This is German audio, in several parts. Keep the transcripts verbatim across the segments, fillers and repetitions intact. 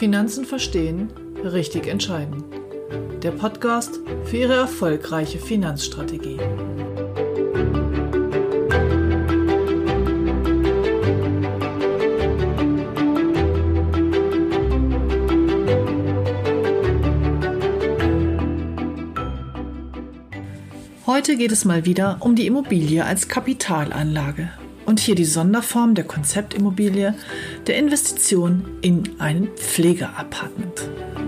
Finanzen verstehen, richtig entscheiden. Der Podcast für Ihre erfolgreiche Finanzstrategie. Heute geht es mal wieder um die Immobilie als Kapitalanlage und hier die Sonderform der Konzeptimmobilie, der Investition in ein Pflegeappartement.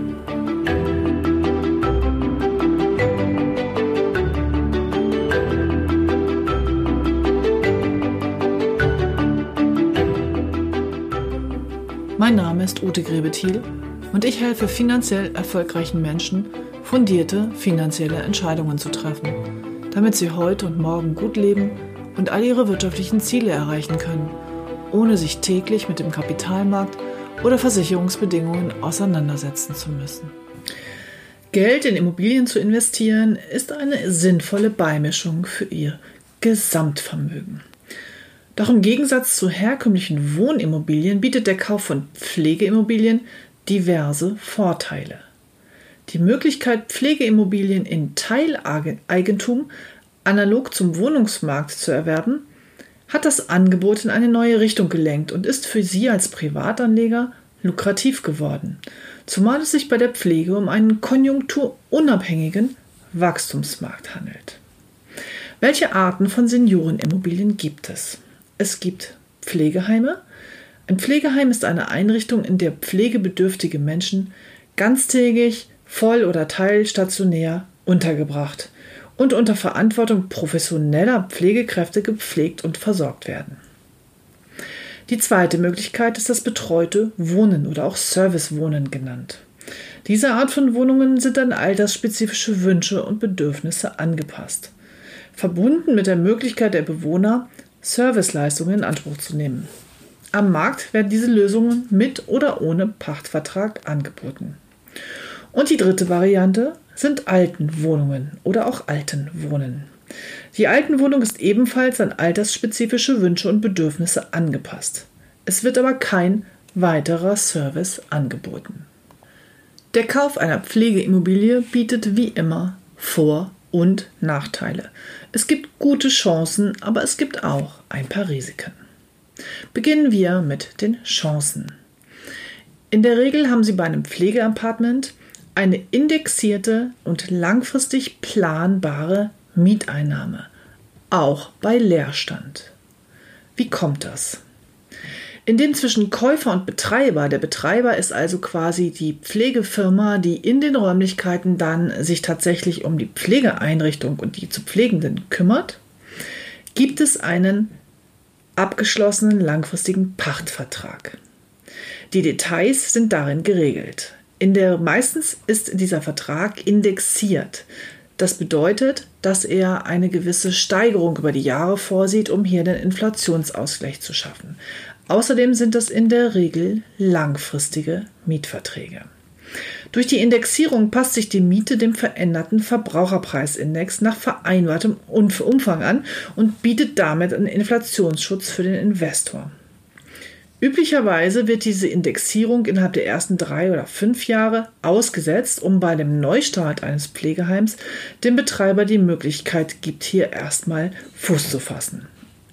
Mein Name ist Ute Grebethiel und ich helfe finanziell erfolgreichen Menschen, fundierte finanzielle Entscheidungen zu treffen, damit sie heute und morgen gut leben und all ihre wirtschaftlichen Ziele erreichen können, ohne sich täglich mit dem Kapitalmarkt oder Versicherungsbedingungen auseinandersetzen zu müssen. Geld in Immobilien zu investieren ist eine sinnvolle Beimischung für Ihr Gesamtvermögen. Doch im Gegensatz zu herkömmlichen Wohnimmobilien bietet der Kauf von Pflegeimmobilien diverse Vorteile. Die Möglichkeit, Pflegeimmobilien in Teileigentum analog zum Wohnungsmarkt zu erwerben, hat das Angebot in eine neue Richtung gelenkt und ist für Sie als Privatanleger lukrativ geworden, zumal es sich bei der Pflege um einen konjunkturunabhängigen Wachstumsmarkt handelt. Welche Arten von Seniorenimmobilien gibt es? Es gibt Pflegeheime. Ein Pflegeheim ist eine Einrichtung, in der pflegebedürftige Menschen ganztägig, voll- oder teilstationär untergebracht und unter Verantwortung professioneller Pflegekräfte gepflegt und versorgt werden. Die zweite Möglichkeit ist das betreute Wohnen oder auch Servicewohnen genannt. Diese Art von Wohnungen sind an altersspezifische Wünsche und Bedürfnisse angepasst, verbunden mit der Möglichkeit der Bewohner, Serviceleistungen in Anspruch zu nehmen. Am Markt werden diese Lösungen mit oder ohne Pachtvertrag angeboten. Und die dritte Variante sind Altenwohnungen oder auch Altenwohnen. Die Altenwohnung ist ebenfalls an altersspezifische Wünsche und Bedürfnisse angepasst. Es wird aber kein weiterer Service angeboten. Der Kauf einer Pflegeimmobilie bietet wie immer Vor- und Nachteile. Es gibt gute Chancen, aber es gibt auch ein paar Risiken. Beginnen wir mit den Chancen. In der Regel haben Sie bei einem Pflegeappartement eine indexierte und langfristig planbare Mieteinnahme, auch bei Leerstand. Wie kommt das? Indem zwischen Käufer und Betreiber, der Betreiber ist also quasi die Pflegefirma, die in den Räumlichkeiten dann sich tatsächlich um die Pflegeeinrichtung und die zu Pflegenden kümmert, gibt es einen abgeschlossenen langfristigen Pachtvertrag. Die Details sind darin geregelt. In der, meistens ist dieser Vertrag indexiert. Das bedeutet, dass er eine gewisse Steigerung über die Jahre vorsieht, um hier den Inflationsausgleich zu schaffen. Außerdem sind das in der Regel langfristige Mietverträge. Durch die Indexierung passt sich die Miete dem veränderten Verbraucherpreisindex nach vereinbartem Umfang an und bietet damit einen Inflationsschutz für den Investor. Üblicherweise wird diese Indexierung innerhalb der ersten drei oder fünf Jahre ausgesetzt, um bei dem Neustart eines Pflegeheims dem Betreiber die Möglichkeit gibt, hier erstmal Fuß zu fassen.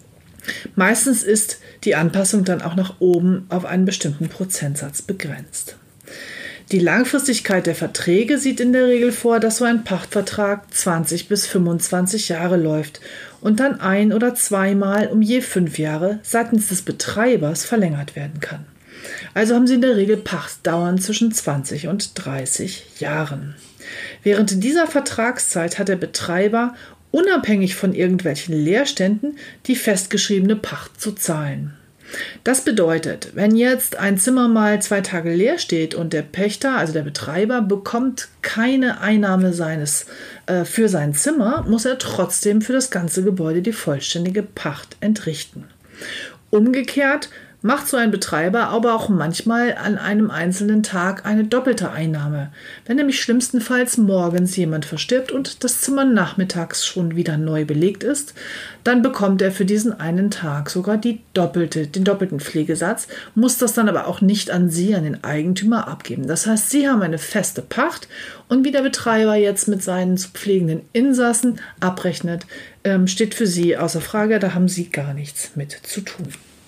Meistens ist die Anpassung dann auch nach oben auf einen bestimmten Prozentsatz begrenzt. Die Langfristigkeit der Verträge sieht in der Regel vor, dass so ein Pachtvertrag zwanzig bis fünfundzwanzig Jahre läuft und dann ein- oder zweimal um je fünf Jahre seitens des Betreibers verlängert werden kann. Also haben Sie in der Regel Pachtdauern zwischen zwanzig und dreißig Jahren. Während dieser Vertragszeit hat der Betreiber unabhängig von irgendwelchen Leerständen die festgeschriebene Pacht zu zahlen. Das bedeutet, wenn jetzt ein Zimmer mal zwei Tage leer steht und der Pächter, also der Betreiber, bekommt keine Einnahme seines, äh, für sein Zimmer, muss er trotzdem für das ganze Gebäude die vollständige Pacht entrichten. Umgekehrt macht so ein Betreiber aber auch manchmal an einem einzelnen Tag eine doppelte Einnahme. Wenn nämlich schlimmstenfalls morgens jemand verstirbt und das Zimmer nachmittags schon wieder neu belegt ist, dann bekommt er für diesen einen Tag sogar die doppelte, den doppelten Pflegesatz, muss das dann aber auch nicht an Sie, an den Eigentümer abgeben. Das heißt, Sie haben eine feste Pacht und wie der Betreiber jetzt mit seinen zu pflegenden Insassen abrechnet, ähm, steht für Sie außer Frage, da haben Sie gar nichts mit zu tun.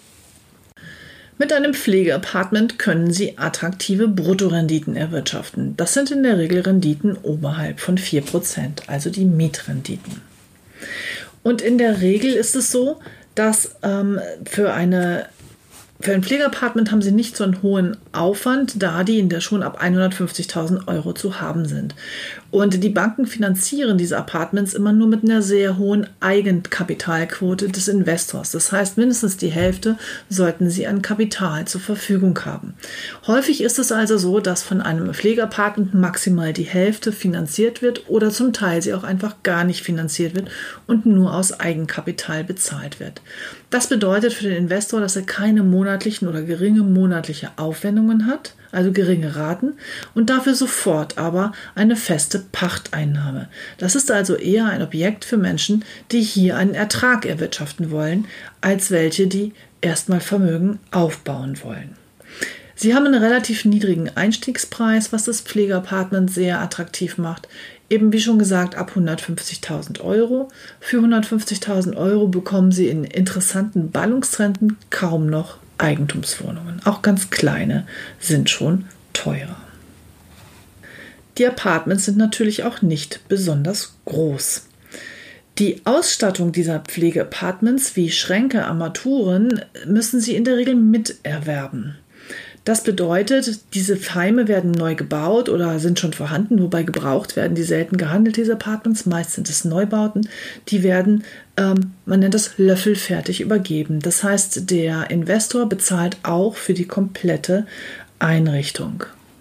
Mit einem Pflegeapartment können Sie attraktive Bruttorenditen erwirtschaften. Das sind in der Regel Renditen oberhalb von vier Prozent, also die Mietrenditen. Und in der Regel ist es so, dass ähm, für eine Für ein Pflegeapartment haben Sie nicht so einen hohen Aufwand, da die in der schon ab hundertfünfzigtausend Euro zu haben sind. Und die Banken finanzieren diese Apartments immer nur mit einer sehr hohen Eigenkapitalquote des Investors. Das heißt, mindestens die Hälfte sollten Sie an Kapital zur Verfügung haben. Häufig ist es also so, dass von einem Pflegeapartment maximal die Hälfte finanziert wird oder zum Teil sie auch einfach gar nicht finanziert wird und nur aus Eigenkapital bezahlt wird. Das bedeutet für den Investor, dass er keine monatlichen oder geringe monatliche Aufwendungen hat, also geringe Raten, und dafür sofort aber eine feste Pachteinnahme. Das ist also eher ein Objekt für Menschen, die hier einen Ertrag erwirtschaften wollen, als welche, die erstmal Vermögen aufbauen wollen. Sie haben einen relativ niedrigen Einstiegspreis, was das Pflegeapartment sehr attraktiv macht. Eben wie schon gesagt, ab hundertfünfzigtausend Euro. Für hundertfünfzigtausend Euro bekommen Sie in interessanten Ballungstrenden kaum noch Eigentumswohnungen. Auch ganz kleine sind schon teurer. Die Apartments sind natürlich auch nicht besonders groß. Die Ausstattung dieser Pflegeapartments wie Schränke, Armaturen müssen Sie in der Regel miterwerben. Das bedeutet, diese Heime werden neu gebaut oder sind schon vorhanden, wobei gebraucht werden die selten gehandelt, diese Apartments. Meist sind es Neubauten. Die werden, ähm, man nennt das löffelfertig übergeben. Das heißt, der Investor bezahlt auch für die komplette Einrichtung.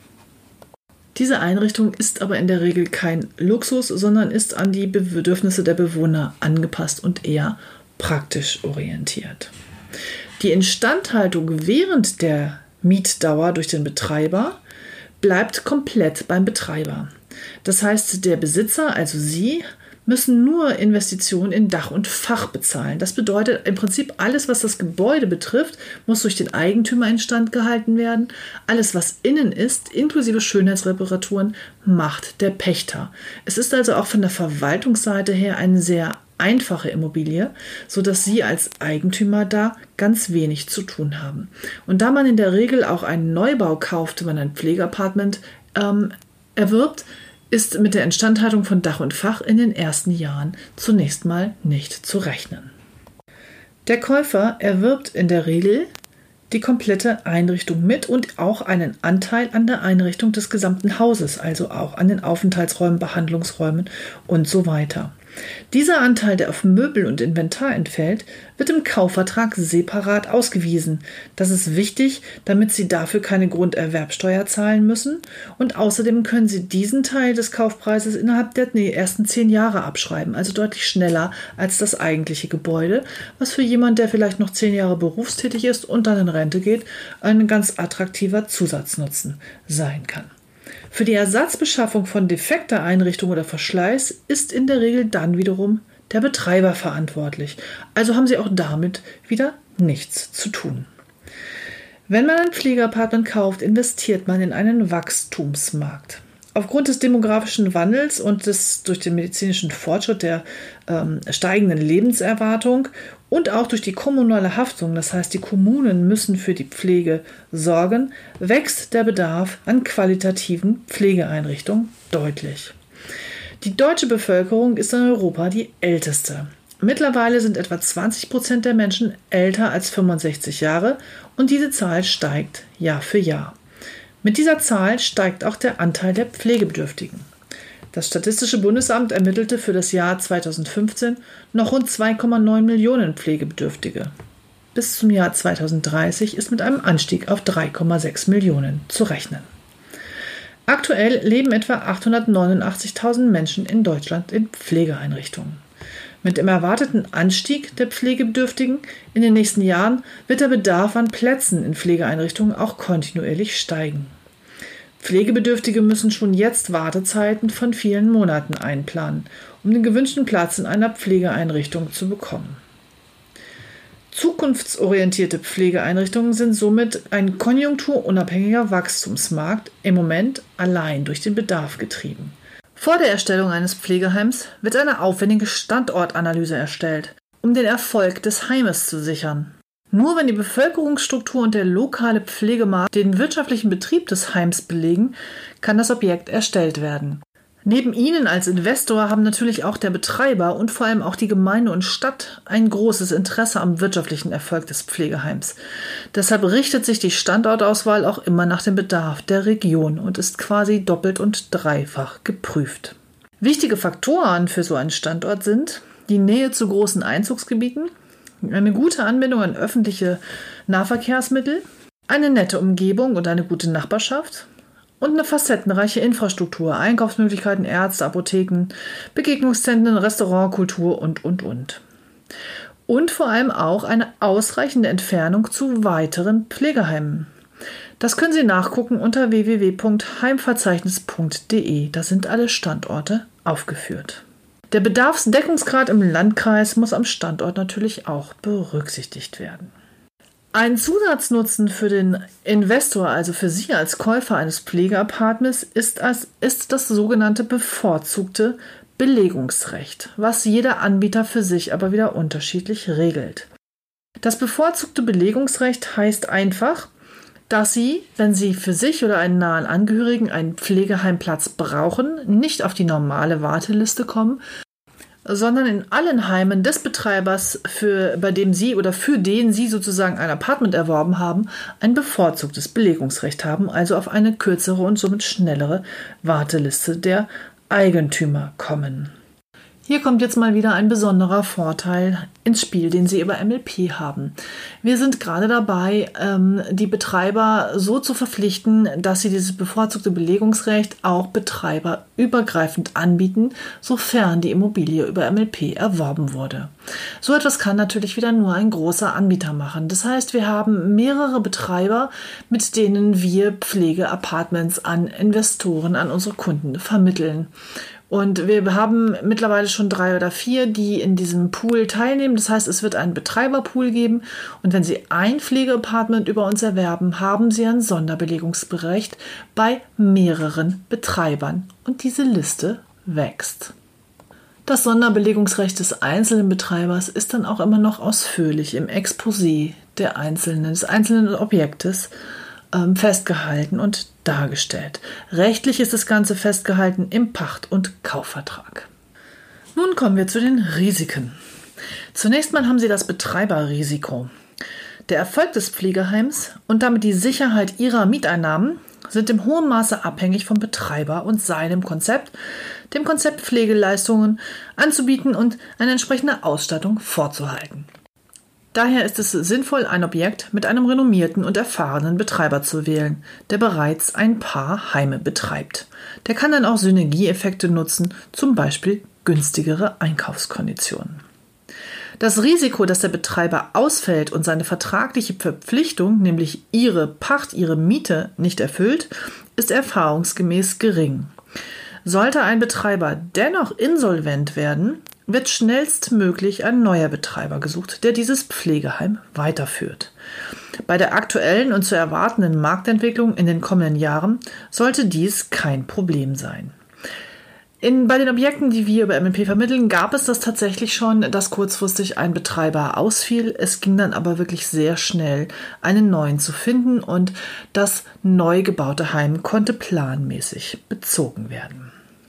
Diese Einrichtung ist aber in der Regel kein Luxus, sondern ist an die Bedürfnisse der Bewohner angepasst und eher praktisch orientiert. Die Instandhaltung während der Mietdauer durch den Betreiber bleibt komplett beim Betreiber. Das heißt, der Besitzer, also Sie, müssen nur Investitionen in Dach und Fach bezahlen. Das bedeutet im Prinzip, alles, was das Gebäude betrifft, muss durch den Eigentümer instand gehalten werden. Alles, was innen ist, inklusive Schönheitsreparaturen, macht der Pächter. Es ist also auch von der Verwaltungsseite her eine sehr einfache Immobilie, sodass Sie als Eigentümer da ganz wenig zu tun haben. Und da man in der Regel auch einen Neubau kauft, wenn man ein Pflegeapartment ähm, erwirbt, ist mit der Instandhaltung von Dach und Fach in den ersten Jahren zunächst mal nicht zu rechnen. Der Käufer erwirbt in der Regel die komplette Einrichtung mit und auch einen Anteil an der Einrichtung des gesamten Hauses, also auch an den Aufenthaltsräumen, Behandlungsräumen und so weiter. Dieser Anteil, der auf Möbel und Inventar entfällt, wird im Kaufvertrag separat ausgewiesen. Das ist wichtig, damit Sie dafür keine Grunderwerbsteuer zahlen müssen, und außerdem können Sie diesen Teil des Kaufpreises innerhalb der nee, ersten zehn Jahre abschreiben, also deutlich schneller als das eigentliche Gebäude, was für jemanden, der vielleicht noch zehn Jahre berufstätig ist und dann in Rente geht, ein ganz attraktiver Zusatznutzen sein kann. Für die Ersatzbeschaffung von defekter Einrichtung oder Verschleiß ist in der Regel dann wiederum der Betreiber verantwortlich. Also haben Sie auch damit wieder nichts zu tun. Wenn man ein Pflegeapartment kauft, investiert man in einen Wachstumsmarkt. Aufgrund des demografischen Wandels und des durch den medizinischen Fortschritt der ähm, steigenden Lebenserwartung und auch durch die kommunale Haftung, das heißt, die Kommunen müssen für die Pflege sorgen, wächst der Bedarf an qualitativen Pflegeeinrichtungen deutlich. Die deutsche Bevölkerung ist in Europa die älteste. Mittlerweile sind etwa zwanzig Prozent der Menschen älter als fünfundsechzig Jahre und diese Zahl steigt Jahr für Jahr. Mit dieser Zahl steigt auch der Anteil der Pflegebedürftigen. Das Statistische Bundesamt ermittelte für das Jahr zweitausendfünfzehn noch rund zwei Komma neun Millionen Pflegebedürftige. Bis zum Jahr zweitausenddreißig ist mit einem Anstieg auf drei Komma sechs Millionen zu rechnen. Aktuell leben etwa achthundertneunundachtzigtausend Menschen in Deutschland in Pflegeeinrichtungen. Mit dem erwarteten Anstieg der Pflegebedürftigen in den nächsten Jahren wird der Bedarf an Plätzen in Pflegeeinrichtungen auch kontinuierlich steigen. Pflegebedürftige müssen schon jetzt Wartezeiten von vielen Monaten einplanen, um den gewünschten Platz in einer Pflegeeinrichtung zu bekommen. Zukunftsorientierte Pflegeeinrichtungen sind somit ein konjunkturunabhängiger Wachstumsmarkt, im Moment allein durch den Bedarf getrieben. Vor der Erstellung eines Pflegeheims wird eine aufwendige Standortanalyse erstellt, um den Erfolg des Heimes zu sichern. Nur wenn die Bevölkerungsstruktur und der lokale Pflegemarkt den wirtschaftlichen Betrieb des Heims belegen, kann das Objekt erstellt werden. Neben Ihnen als Investor haben natürlich auch der Betreiber und vor allem auch die Gemeinde und Stadt ein großes Interesse am wirtschaftlichen Erfolg des Pflegeheims. Deshalb richtet sich die Standortauswahl auch immer nach dem Bedarf der Region und ist quasi doppelt und dreifach geprüft. Wichtige Faktoren für so einen Standort sind die Nähe zu großen Einzugsgebieten, eine gute Anbindung an öffentliche Nahverkehrsmittel, eine nette Umgebung und eine gute Nachbarschaft, und eine facettenreiche Infrastruktur, Einkaufsmöglichkeiten, Ärzte, Apotheken, Begegnungszentren, Restaurant, Kultur und, und, und. Und vor allem auch eine ausreichende Entfernung zu weiteren Pflegeheimen. Das können Sie nachgucken unter w w w punkt heimverzeichnis punkt d e. Da sind alle Standorte aufgeführt. Der Bedarfsdeckungsgrad im Landkreis muss am Standort natürlich auch berücksichtigt werden. Ein Zusatznutzen für den Investor, also für Sie als Käufer eines Pflegeapartments, ist, als, ist das sogenannte bevorzugte Belegungsrecht, was jeder Anbieter für sich aber wieder unterschiedlich regelt. Das bevorzugte Belegungsrecht heißt einfach, dass Sie, wenn Sie für sich oder einen nahen Angehörigen einen Pflegeheimplatz brauchen, nicht auf die normale Warteliste kommen, sondern in allen Heimen des Betreibers, für, bei dem Sie oder für den Sie sozusagen ein Apartment erworben haben, ein bevorzugtes Belegungsrecht haben, also auf eine kürzere und somit schnellere Warteliste der Eigentümer kommen. Hier kommt jetzt mal wieder ein besonderer Vorteil ins Spiel, den Sie über M L P haben. Wir sind gerade dabei, die Betreiber so zu verpflichten, dass sie dieses bevorzugte Belegungsrecht auch betreiberübergreifend anbieten, sofern die Immobilie über M L P erworben wurde. So etwas kann natürlich wieder nur ein großer Anbieter machen. Das heißt, wir haben mehrere Betreiber, mit denen wir Pflegeapartments an Investoren, an unsere Kunden vermitteln. Und wir haben mittlerweile schon drei oder vier, die in diesem Pool teilnehmen. Das heißt, es wird einen Betreiberpool geben. Und wenn Sie ein Pflegeapartment über uns erwerben, haben Sie ein Sonderbelegungsrecht bei mehreren Betreibern. Und diese Liste wächst. Das Sonderbelegungsrecht des einzelnen Betreibers ist dann auch immer noch ausführlich im Exposé der einzelnen, des einzelnen Objektes ähm, festgehalten und dargestellt. Rechtlich ist das Ganze festgehalten im Pacht- und Kaufvertrag. Nun kommen wir zu den Risiken. Zunächst mal haben Sie das Betreiberrisiko. Der Erfolg des Pflegeheims und damit die Sicherheit Ihrer Mieteinnahmen sind im hohen Maße abhängig vom Betreiber und seinem Konzept, dem Konzept Pflegeleistungen anzubieten und eine entsprechende Ausstattung vorzuhalten. Daher ist es sinnvoll, ein Objekt mit einem renommierten und erfahrenen Betreiber zu wählen, der bereits ein paar Heime betreibt. Der kann dann auch Synergieeffekte nutzen, zum Beispiel günstigere Einkaufskonditionen. Das Risiko, dass der Betreiber ausfällt und seine vertragliche Verpflichtung, nämlich Ihre Pacht, Ihre Miete, nicht erfüllt, ist erfahrungsgemäß gering. Sollte ein Betreiber dennoch insolvent werden, wird schnellstmöglich ein neuer Betreiber gesucht, der dieses Pflegeheim weiterführt. Bei der aktuellen und zu erwartenden Marktentwicklung in den kommenden Jahren sollte dies kein Problem sein. In, bei den Objekten, die wir über M L P vermitteln, gab es das tatsächlich schon, dass kurzfristig ein Betreiber ausfiel. Es ging dann aber wirklich sehr schnell, einen neuen zu finden, und das neu gebaute Heim konnte planmäßig bezogen werden.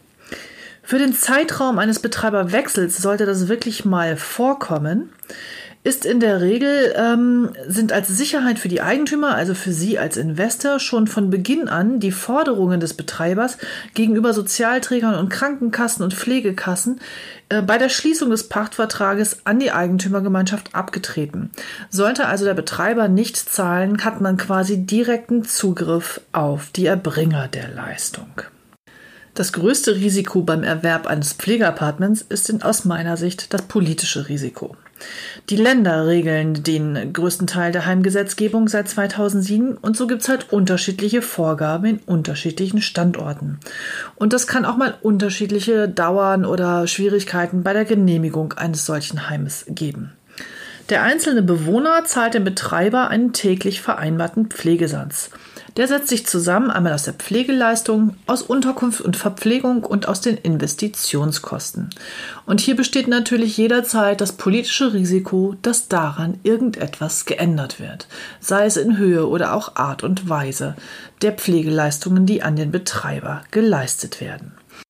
Für den Zeitraum eines Betreiberwechsels sollte das wirklich mal vorkommen, ist in der Regel, ähm, sind als Sicherheit für die Eigentümer, also für Sie als Investor, schon von Beginn an die Forderungen des Betreibers gegenüber Sozialträgern und Krankenkassen und Pflegekassen äh, bei der Schließung des Pachtvertrages an die Eigentümergemeinschaft abgetreten. Sollte also der Betreiber nicht zahlen, hat man quasi direkten Zugriff auf die Erbringer der Leistung. Das größte Risiko beim Erwerb eines Pflegeapartments ist aus meiner Sicht das politische Risiko. Die Länder regeln den größten Teil der Heimgesetzgebung seit zweitausendsieben und so gibt es halt unterschiedliche Vorgaben in unterschiedlichen Standorten. Und das kann auch mal unterschiedliche Dauern oder Schwierigkeiten bei der Genehmigung eines solchen Heimes geben. Der einzelne Bewohner zahlt dem Betreiber einen täglich vereinbarten Pflegesatz. Der setzt sich zusammen einmal aus der Pflegeleistung, aus Unterkunft und Verpflegung und aus den Investitionskosten. Und hier besteht natürlich jederzeit das politische Risiko, dass daran irgendetwas geändert wird, sei es in Höhe oder auch Art und Weise der Pflegeleistungen, die an den Betreiber geleistet werden.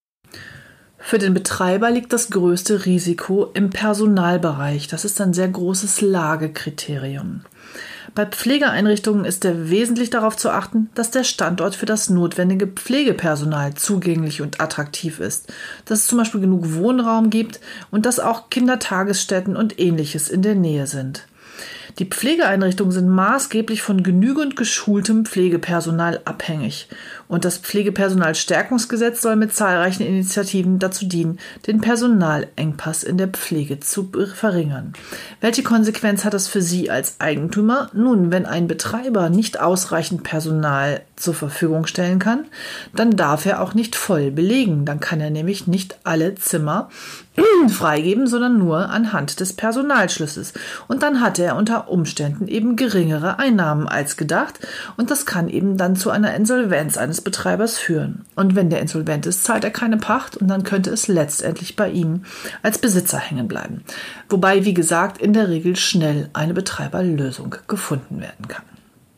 Für den Betreiber liegt das größte Risiko im Personalbereich. Das ist ein sehr großes Lagekriterium. Bei Pflegeeinrichtungen ist er wesentlich darauf zu achten, dass der Standort für das notwendige Pflegepersonal zugänglich und attraktiv ist, dass es zum Beispiel genug Wohnraum gibt und dass auch Kindertagesstätten und Ähnliches in der Nähe sind. Die Pflegeeinrichtungen sind maßgeblich von genügend geschultem Pflegepersonal abhängig. Und das Pflegepersonalstärkungsgesetz soll mit zahlreichen Initiativen dazu dienen, den Personalengpass in der Pflege zu verringern. Welche Konsequenz hat das für Sie als Eigentümer? Nun, wenn ein Betreiber nicht ausreichend Personal zur Verfügung stellen kann, dann darf er auch nicht voll belegen. Dann kann er nämlich nicht alle Zimmer freigeben, sondern nur anhand des Personalschlüssels. Und dann hat er unter Umständen eben geringere Einnahmen als gedacht und das kann eben dann zu einer Insolvenz eines Betreibers führen. Und wenn der insolvent ist, zahlt er keine Pacht und dann könnte es letztendlich bei ihm als Besitzer hängen bleiben. Wobei, wie gesagt, in der Regel schnell eine Betreiberlösung gefunden werden kann.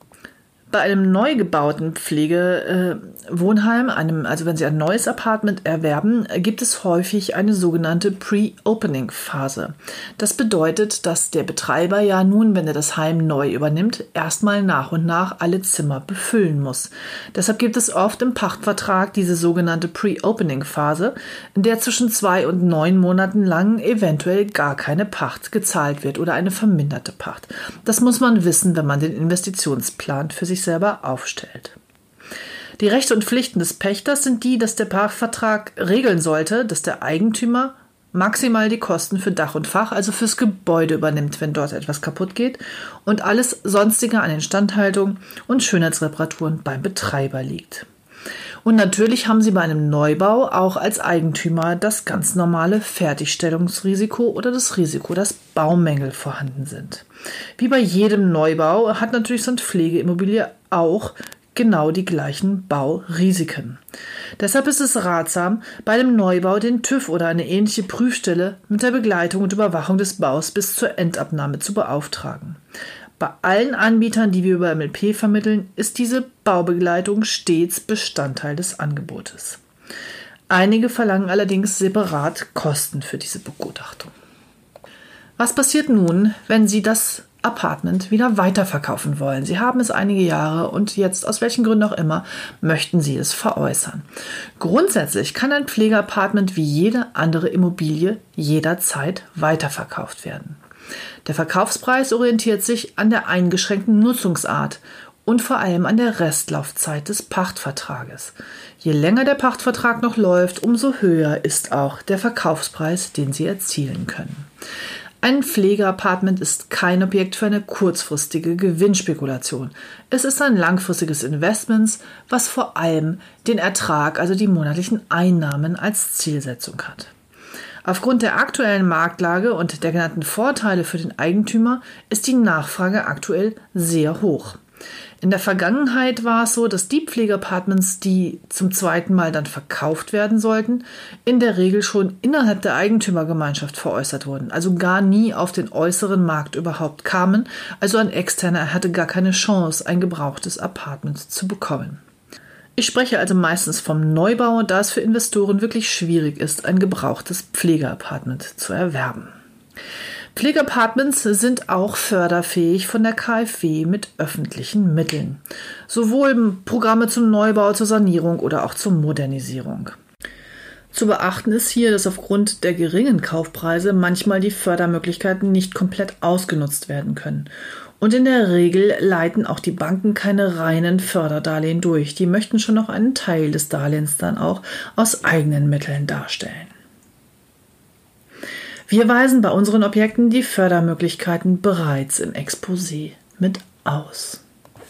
Bei einem neu gebauten Pflegewohnheim, einem, also wenn Sie ein neues Apartment erwerben, gibt es häufig eine sogenannte Pre-Opening-Phase. Das bedeutet, dass der Betreiber ja nun, wenn er das Heim neu übernimmt, erstmal nach und nach alle Zimmer befüllen muss. Deshalb gibt es oft im Pachtvertrag diese sogenannte Pre-Opening-Phase, in der zwischen zwei und neun Monaten lang eventuell gar keine Pacht gezahlt wird oder eine verminderte Pacht. Das muss man wissen, wenn man den Investitionsplan für sich selber aufstellt. Die Rechte und Pflichten des Pächters sind die, dass der Pachtvertrag regeln sollte, dass der Eigentümer maximal die Kosten für Dach und Fach, also fürs Gebäude übernimmt, wenn dort etwas kaputt geht und alles Sonstige an Instandhaltung und Schönheitsreparaturen beim Betreiber liegt. Und natürlich haben Sie bei einem Neubau auch als Eigentümer das ganz normale Fertigstellungsrisiko oder das Risiko, dass Baumängel vorhanden sind. Wie bei jedem Neubau hat natürlich so eine Pflegeimmobilie auch genau die gleichen Baurisiken. Deshalb ist es ratsam, bei dem Neubau den TÜV oder eine ähnliche Prüfstelle mit der Begleitung und Überwachung des Baus bis zur Endabnahme zu beauftragen. Bei allen Anbietern, die wir über M L P vermitteln, ist diese Baubegleitung stets Bestandteil des Angebotes. Einige verlangen allerdings separat Kosten für diese Begutachtung. Was passiert nun, wenn Sie das Apartment wieder weiterverkaufen wollen? Sie haben es einige Jahre und jetzt, aus welchen Gründen auch immer, möchten Sie es veräußern. Grundsätzlich kann ein Pflegeapartment wie jede andere Immobilie jederzeit weiterverkauft werden. Der Verkaufspreis orientiert sich an der eingeschränkten Nutzungsart und vor allem an der Restlaufzeit des Pachtvertrages. Je länger der Pachtvertrag noch läuft, umso höher ist auch der Verkaufspreis, den Sie erzielen können. Ein Pflegeapartment ist kein Objekt für eine kurzfristige Gewinnspekulation. Es ist ein langfristiges Investment, was vor allem den Ertrag, also die monatlichen Einnahmen als Zielsetzung hat. Aufgrund der aktuellen Marktlage und der genannten Vorteile für den Eigentümer ist die Nachfrage aktuell sehr hoch. In der Vergangenheit war es so, dass die Pflegeapartments, die zum zweiten Mal dann verkauft werden sollten, in der Regel schon innerhalb der Eigentümergemeinschaft veräußert wurden, also gar nie auf den äußeren Markt überhaupt kamen, also ein Externer hatte gar keine Chance, ein gebrauchtes Apartment zu bekommen. Ich spreche also meistens vom Neubau, da es für Investoren wirklich schwierig ist, ein gebrauchtes Pflegeapartment zu erwerben. Pflegeapartments sind auch förderfähig von der K f W mit öffentlichen Mitteln. Sowohl Programme zum Neubau, zur Sanierung oder auch zur Modernisierung. Zu beachten ist hier, dass aufgrund der geringen Kaufpreise manchmal die Fördermöglichkeiten nicht komplett ausgenutzt werden können. Und in der Regel leiten auch die Banken keine reinen Förderdarlehen durch. Die möchten schon noch einen Teil des Darlehens dann auch aus eigenen Mitteln darstellen. Wir weisen bei unseren Objekten die Fördermöglichkeiten bereits im Exposé mit aus.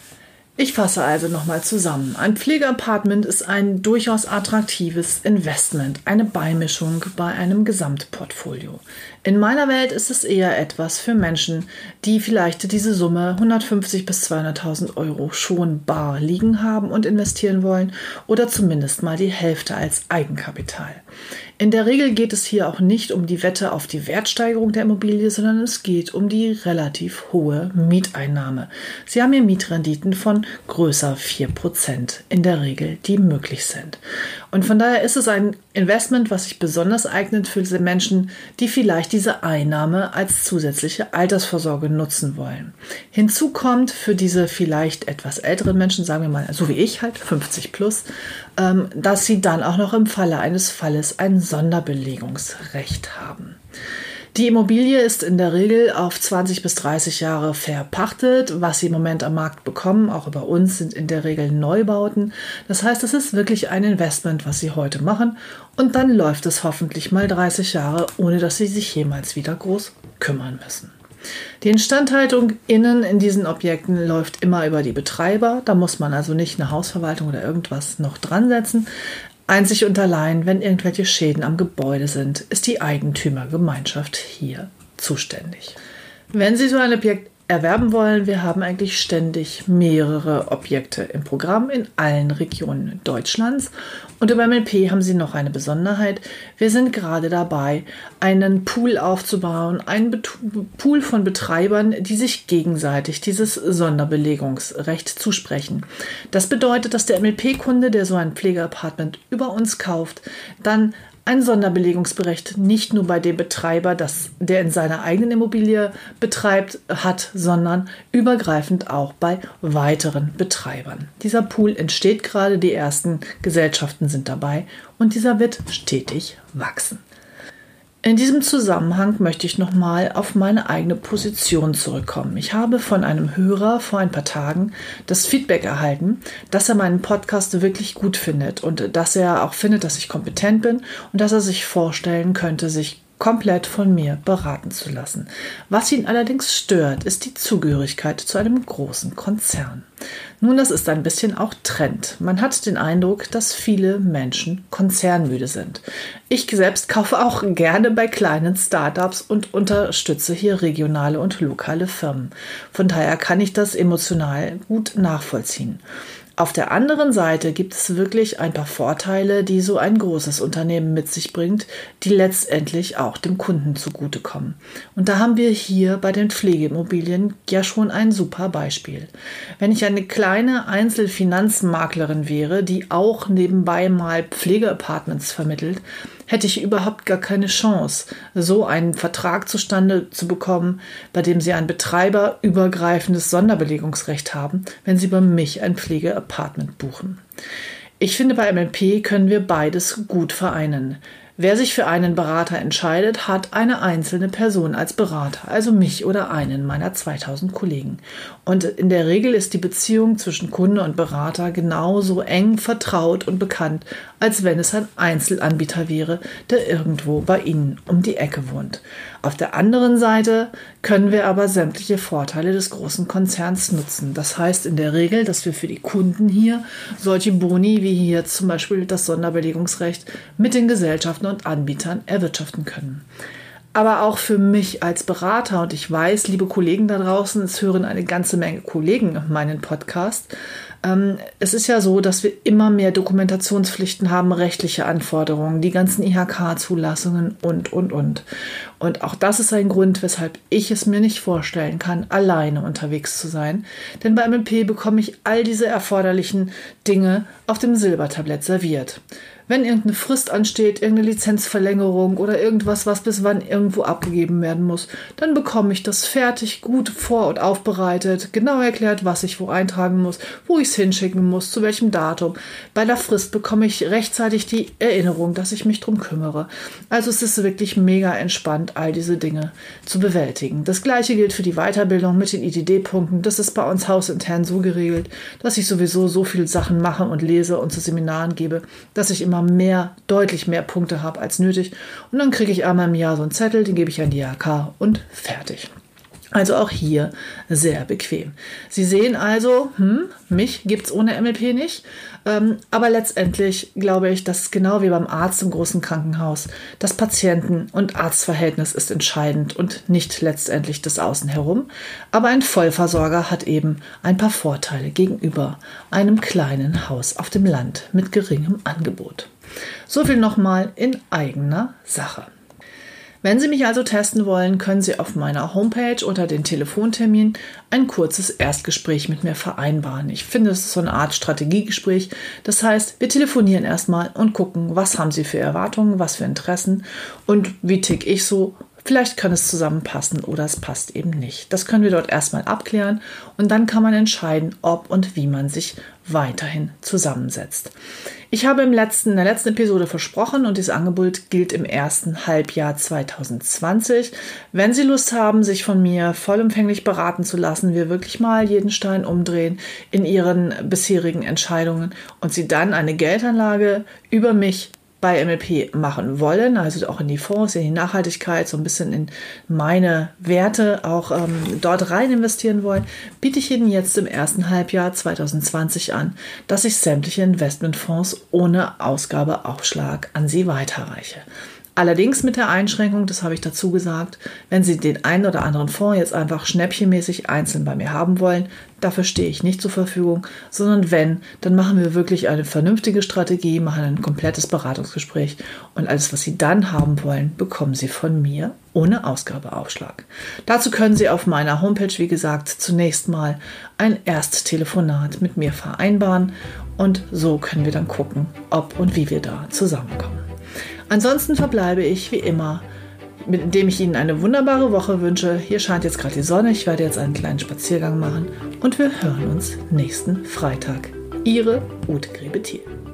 Ich fasse also nochmal zusammen. Ein Pflegeapartment ist ein durchaus attraktives Investment, eine Beimischung bei einem Gesamtportfolio. In meiner Welt ist es eher etwas für Menschen, die vielleicht diese Summe hundertfünfzig bis zweihunderttausend Euro schon bar liegen haben und investieren wollen oder zumindest mal die Hälfte als Eigenkapital. In der Regel geht es hier auch nicht um die Wette auf die Wertsteigerung der Immobilie, sondern es geht um die relativ hohe Mieteinnahme. Sie haben hier Mietrenditen von größer vier Prozent in der Regel, die möglich sind. Und von daher ist es ein Investment, was sich besonders eignet für diese Menschen, die vielleicht diese Einnahme als zusätzliche Altersvorsorge nutzen wollen. Hinzu kommt für diese vielleicht etwas älteren Menschen, sagen wir mal, so wie ich halt, fünfzig plus, ähm, dass sie dann auch noch im Falle eines Falles ein Sonderbelegungsrecht haben. Die Immobilie ist in der Regel auf zwanzig bis dreißig Jahre verpachtet. Was Sie im Moment am Markt bekommen, auch über uns, sind in der Regel Neubauten. Das heißt, es ist wirklich ein Investment, was Sie heute machen. Und dann läuft es hoffentlich mal dreißig Jahre, ohne dass Sie sich jemals wieder groß kümmern müssen. Die Instandhaltung innen in diesen Objekten läuft immer über die Betreiber. Da muss man also nicht eine Hausverwaltung oder irgendwas noch dran setzen. Einzig und allein, wenn irgendwelche Schäden am Gebäude sind, ist die Eigentümergemeinschaft hier zuständig. Wenn Sie so ein Objekt erwerben wollen, wir haben eigentlich ständig mehrere Objekte im Programm in allen Regionen Deutschlands. Und über M L P haben Sie noch eine Besonderheit. Wir sind gerade dabei, einen Pool aufzubauen, einen Bet- Pool von Betreibern, die sich gegenseitig dieses Sonderbelegungsrecht zusprechen. Das bedeutet, dass der M L P-Kunde, der so ein Pflegeapartment über uns kauft, dann ein Sonderbelegungsrecht nicht nur bei dem Betreiber, das, der in seiner eigenen Immobilie betreibt, hat, sondern übergreifend auch bei weiteren Betreibern. Dieser Pool entsteht gerade, die ersten Gesellschaften sind dabei und dieser wird stetig wachsen. In diesem Zusammenhang möchte ich nochmal auf meine eigene Position zurückkommen. Ich habe von einem Hörer vor ein paar Tagen das Feedback erhalten, dass er meinen Podcast wirklich gut findet und dass er auch findet, dass ich kompetent bin und dass er sich vorstellen könnte, sich komplett von mir beraten zu lassen. Was ihn allerdings stört, ist die Zugehörigkeit zu einem großen Konzern. Nun, das ist ein bisschen auch Trend. Man hat den Eindruck, dass viele Menschen konzernmüde sind. Ich selbst kaufe auch gerne bei kleinen Startups und unterstütze hier regionale und lokale Firmen. Von daher kann ich das emotional gut nachvollziehen. Auf der anderen Seite gibt es wirklich ein paar Vorteile, die so ein großes Unternehmen mit sich bringt, die letztendlich auch dem Kunden zugutekommen. Und da haben wir hier bei den Pflegeimmobilien ja schon ein super Beispiel. Wenn ich eine kleine Einzelfinanzmaklerin wäre, die auch nebenbei mal Pflegeapartments vermittelt, hätte ich überhaupt gar keine Chance, so einen Vertrag zustande zu bekommen, bei dem Sie ein betreiberübergreifendes Sonderbelegungsrecht haben, wenn Sie bei mich ein Pflegeapartment buchen. Ich finde, bei M L P können wir beides gut vereinen. Wer sich für einen Berater entscheidet, hat eine einzelne Person als Berater, also mich oder einen meiner zweitausend Kollegen. Und in der Regel ist die Beziehung zwischen Kunde und Berater genauso eng vertraut und bekannt, als wenn es ein Einzelanbieter wäre, der irgendwo bei Ihnen um die Ecke wohnt. Auf der anderen Seite können wir aber sämtliche Vorteile des großen Konzerns nutzen. Das heißt in der Regel, dass wir für die Kunden hier solche Boni wie hier zum Beispiel das Sonderbelegungsrecht mit den Gesellschaften und Anbietern erwirtschaften können. Aber auch für mich als Berater, und ich weiß, liebe Kollegen da draußen, es hören eine ganze Menge Kollegen meinen Podcast, ähm, es ist ja so, dass wir immer mehr Dokumentationspflichten haben, rechtliche Anforderungen, die ganzen I H K-Zulassungen und, und, und. Und auch das ist ein Grund, weshalb ich es mir nicht vorstellen kann, alleine unterwegs zu sein. Denn bei M L P bekomme ich all diese erforderlichen Dinge auf dem Silbertablett serviert. Wenn irgendeine Frist ansteht, irgendeine Lizenzverlängerung oder irgendwas, was bis wann irgendwo abgegeben werden muss, dann bekomme ich das fertig, gut vor- und aufbereitet, genau erklärt, was ich wo eintragen muss, wo ich es hinschicken muss, zu welchem Datum. Bei der Frist bekomme ich rechtzeitig die Erinnerung, dass ich mich drum kümmere. Also es ist wirklich mega entspannt, all diese Dinge zu bewältigen. Das Gleiche gilt für die Weiterbildung mit den I D D-Punkten. Das ist bei uns hausintern so geregelt, dass ich sowieso so viele Sachen mache und lese und zu Seminaren gebe, dass ich immer mehr, deutlich mehr Punkte habe als nötig. Und dann kriege ich einmal im Jahr so einen Zettel, den gebe ich an die I H K und fertig. Also auch hier sehr bequem. Sie sehen also, hm, mich gibt's ohne M L P nicht. Ähm, aber letztendlich glaube ich, dass genau wie beim Arzt im großen Krankenhaus, das Patienten- und Arztverhältnis ist entscheidend und nicht letztendlich das Außen herum. Aber ein Vollversorger hat eben ein paar Vorteile gegenüber einem kleinen Haus auf dem Land mit geringem Angebot. So viel nochmal in eigener Sache. Wenn Sie mich also testen wollen, können Sie auf meiner Homepage unter den Telefontermin ein kurzes Erstgespräch mit mir vereinbaren. Ich finde, es ist so eine Art Strategiegespräch. Das heißt, wir telefonieren erstmal und gucken, was haben Sie für Erwartungen, was für Interessen und wie tick ich so. Vielleicht kann es zusammenpassen oder es passt eben nicht. Das können wir dort erstmal abklären und dann kann man entscheiden, ob und wie man sich weiterhin zusammensetzt. Ich habe im letzten, in der letzten Episode versprochen und dieses Angebot gilt im ersten Halbjahr zwanzig zwanzig. Wenn Sie Lust haben, sich von mir vollumfänglich beraten zu lassen, wir wirklich mal jeden Stein umdrehen in Ihren bisherigen Entscheidungen und Sie dann eine Geldanlage über mich bei M L P machen wollen, also auch in die Fonds, in die Nachhaltigkeit, so ein bisschen in meine Werte auch ähm, dort rein investieren wollen, biete ich Ihnen jetzt im ersten Halbjahr zwanzig zwanzig an, dass ich sämtliche Investmentfonds ohne Ausgabeaufschlag an Sie weiterreiche. Allerdings mit der Einschränkung, das habe ich dazu gesagt, wenn Sie den einen oder anderen Fonds jetzt einfach schnäppchenmäßig einzeln bei mir haben wollen, dafür stehe ich nicht zur Verfügung, sondern wenn, dann machen wir wirklich eine vernünftige Strategie, machen ein komplettes Beratungsgespräch und alles, was Sie dann haben wollen, bekommen Sie von mir ohne Ausgabeaufschlag. Dazu können Sie auf meiner Homepage, wie gesagt, zunächst mal ein Ersttelefonat mit mir vereinbaren und so können wir dann gucken, ob und wie wir da zusammenkommen. Ansonsten verbleibe ich wie immer, indem ich Ihnen eine wunderbare Woche wünsche. Hier scheint jetzt gerade die Sonne. Ich werde jetzt einen kleinen Spaziergang machen und wir hören uns nächsten Freitag. Ihre Ute Grebethiel.